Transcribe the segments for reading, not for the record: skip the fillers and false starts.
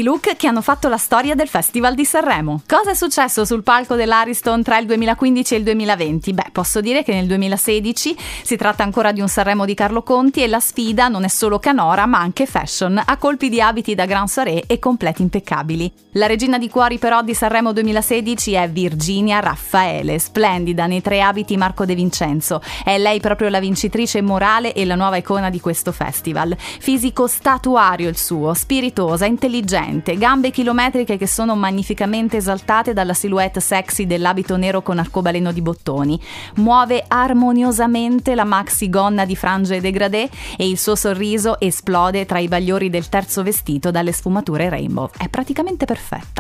look che hanno fatto la storia del Festival di Sanremo. Cosa è successo sul palco dell'Ariston tra il 2015 e il 2020? Beh, posso dire che nel 2016 si tratta ancora di un Sanremo di Carlo Conti e la sfida non è solo canora ma anche fashion, a colpi di abiti da grand soirée e completi impeccabili. La regina di cuori però di Sanremo 2016 è Virginia Raffaele, splendida nei 3 abiti Marco De Vincenzo. È lei proprio la vincitrice morale e la nuova icona di questo festival. Fisico statuario il suo, spiritosa, intelligente, gambe chilometriche che sono magnificamente esaltate dalla silhouette sexy dell'abito nero con arcobaleno di bottoni. Muove armoniosamente la maxi gonna di frange dégradé e il suo sorriso esplode tra i bagliori del terzo vestito dalle sfumature rainbow. È praticamente perfetta.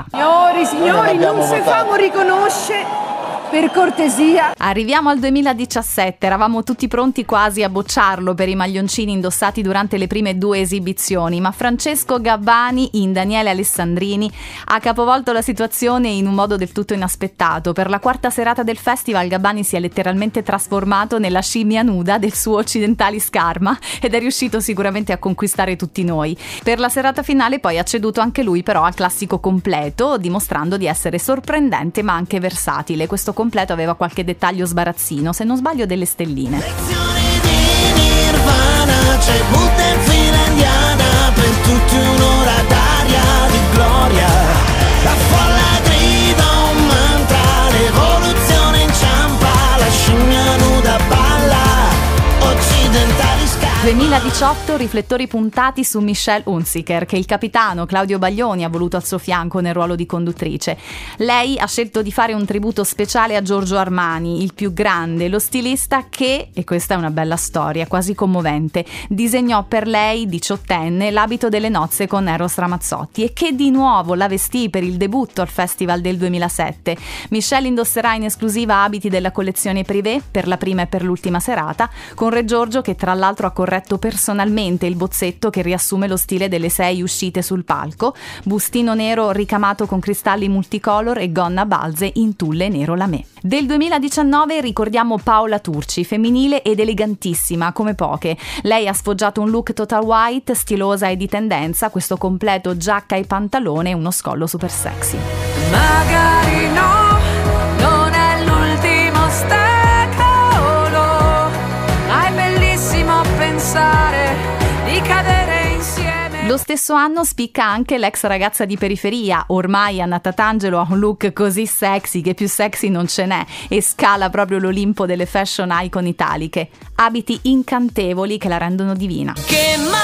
Signori, non si famo riconoscere. Per cortesia. Arriviamo al 2017, eravamo tutti pronti quasi a bocciarlo per i maglioncini indossati durante le prime 2 esibizioni, ma Francesco Gabbani in Daniele Alessandrini ha capovolto la situazione in un modo del tutto inaspettato. Per la 4ª serata del festival Gabbani si è letteralmente trasformato nella scimmia nuda del suo Occidentali Scarma ed è riuscito sicuramente a conquistare tutti noi. Per la serata finale poi ha ceduto anche lui però al classico completo, dimostrando di essere sorprendente ma anche versatile. Questo completo aveva qualche dettaglio sbarazzino, se non sbaglio delle stelline. Lezioni di Nirvana, c'è butta in fila indiana, per tutti un'ora d'aria di gloria. La folla grida un mantra, l'evoluzione inciampa, la scimmia nuda balla, Occidentali Sky. 2018, riflettori puntati su Michelle Hunziker, che il capitano Claudio Baglioni ha voluto al suo fianco nel ruolo di conduttrice. Lei ha scelto di fare un tributo speciale a Giorgio Armani, il più grande, lo stilista che, e questa è una bella storia, quasi commovente, disegnò per lei, 18enne, l'abito delle nozze con Eros Ramazzotti e che di nuovo la vestì per il debutto al Festival del 2007. Michelle indosserà in esclusiva abiti della collezione Privé per la prima e per l'ultima serata, con Re Giorgio che tra l'altro ha corretto personalmente il bozzetto che riassume lo stile delle 6 uscite sul palco, bustino nero ricamato con cristalli multicolor e gonna balze in tulle nero lamé. Del 2019 ricordiamo Paola Turci, femminile ed elegantissima come poche. Lei ha sfoggiato un look total white, stilosa e di tendenza, questo completo giacca e pantalone e uno scollo super sexy. Magari no, non è l'ultimo stecolo, ma è bellissimo pensare di cadere insieme. Lo stesso anno spicca anche l'ex ragazza di periferia. Ormai Anna Tatangelo ha un look così sexy che più sexy non ce n'è e scala proprio l'Olimpo delle fashion icon italiche. Abiti incantevoli che la rendono divina. Che mai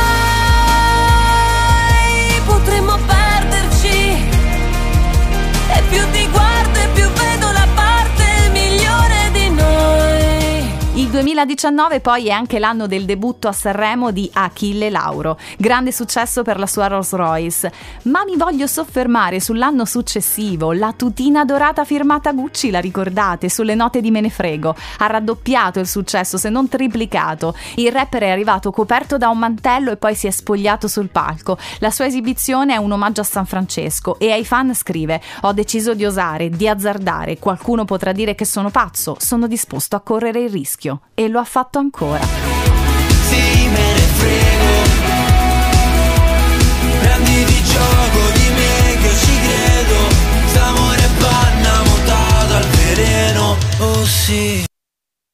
potremmo perderci, e più ti guardo e più vedo la parte migliore di noi. Il 2019 poi è anche l'anno del debutto a Sanremo di Achille Lauro, grande successo per la sua Rolls Royce, ma mi voglio soffermare sull'anno successivo. La tutina dorata firmata Gucci, la ricordate? Sulle note di Me ne frego, ha raddoppiato il successo, se non triplicato. Il rapper è arrivato coperto da un mantello e poi si è spogliato sul palco. La sua esibizione è un omaggio a San Francesco e ai fan scrive: ho deciso di osare, di azzardare, qualcuno potrà dire che sono pazzo, sono disposto a correre il rischio. E lo ha fatto ancora. Sì, me ne frego, prendi di gioco di me che io ci credo, st'amore panna mutato al veleno, oh sì.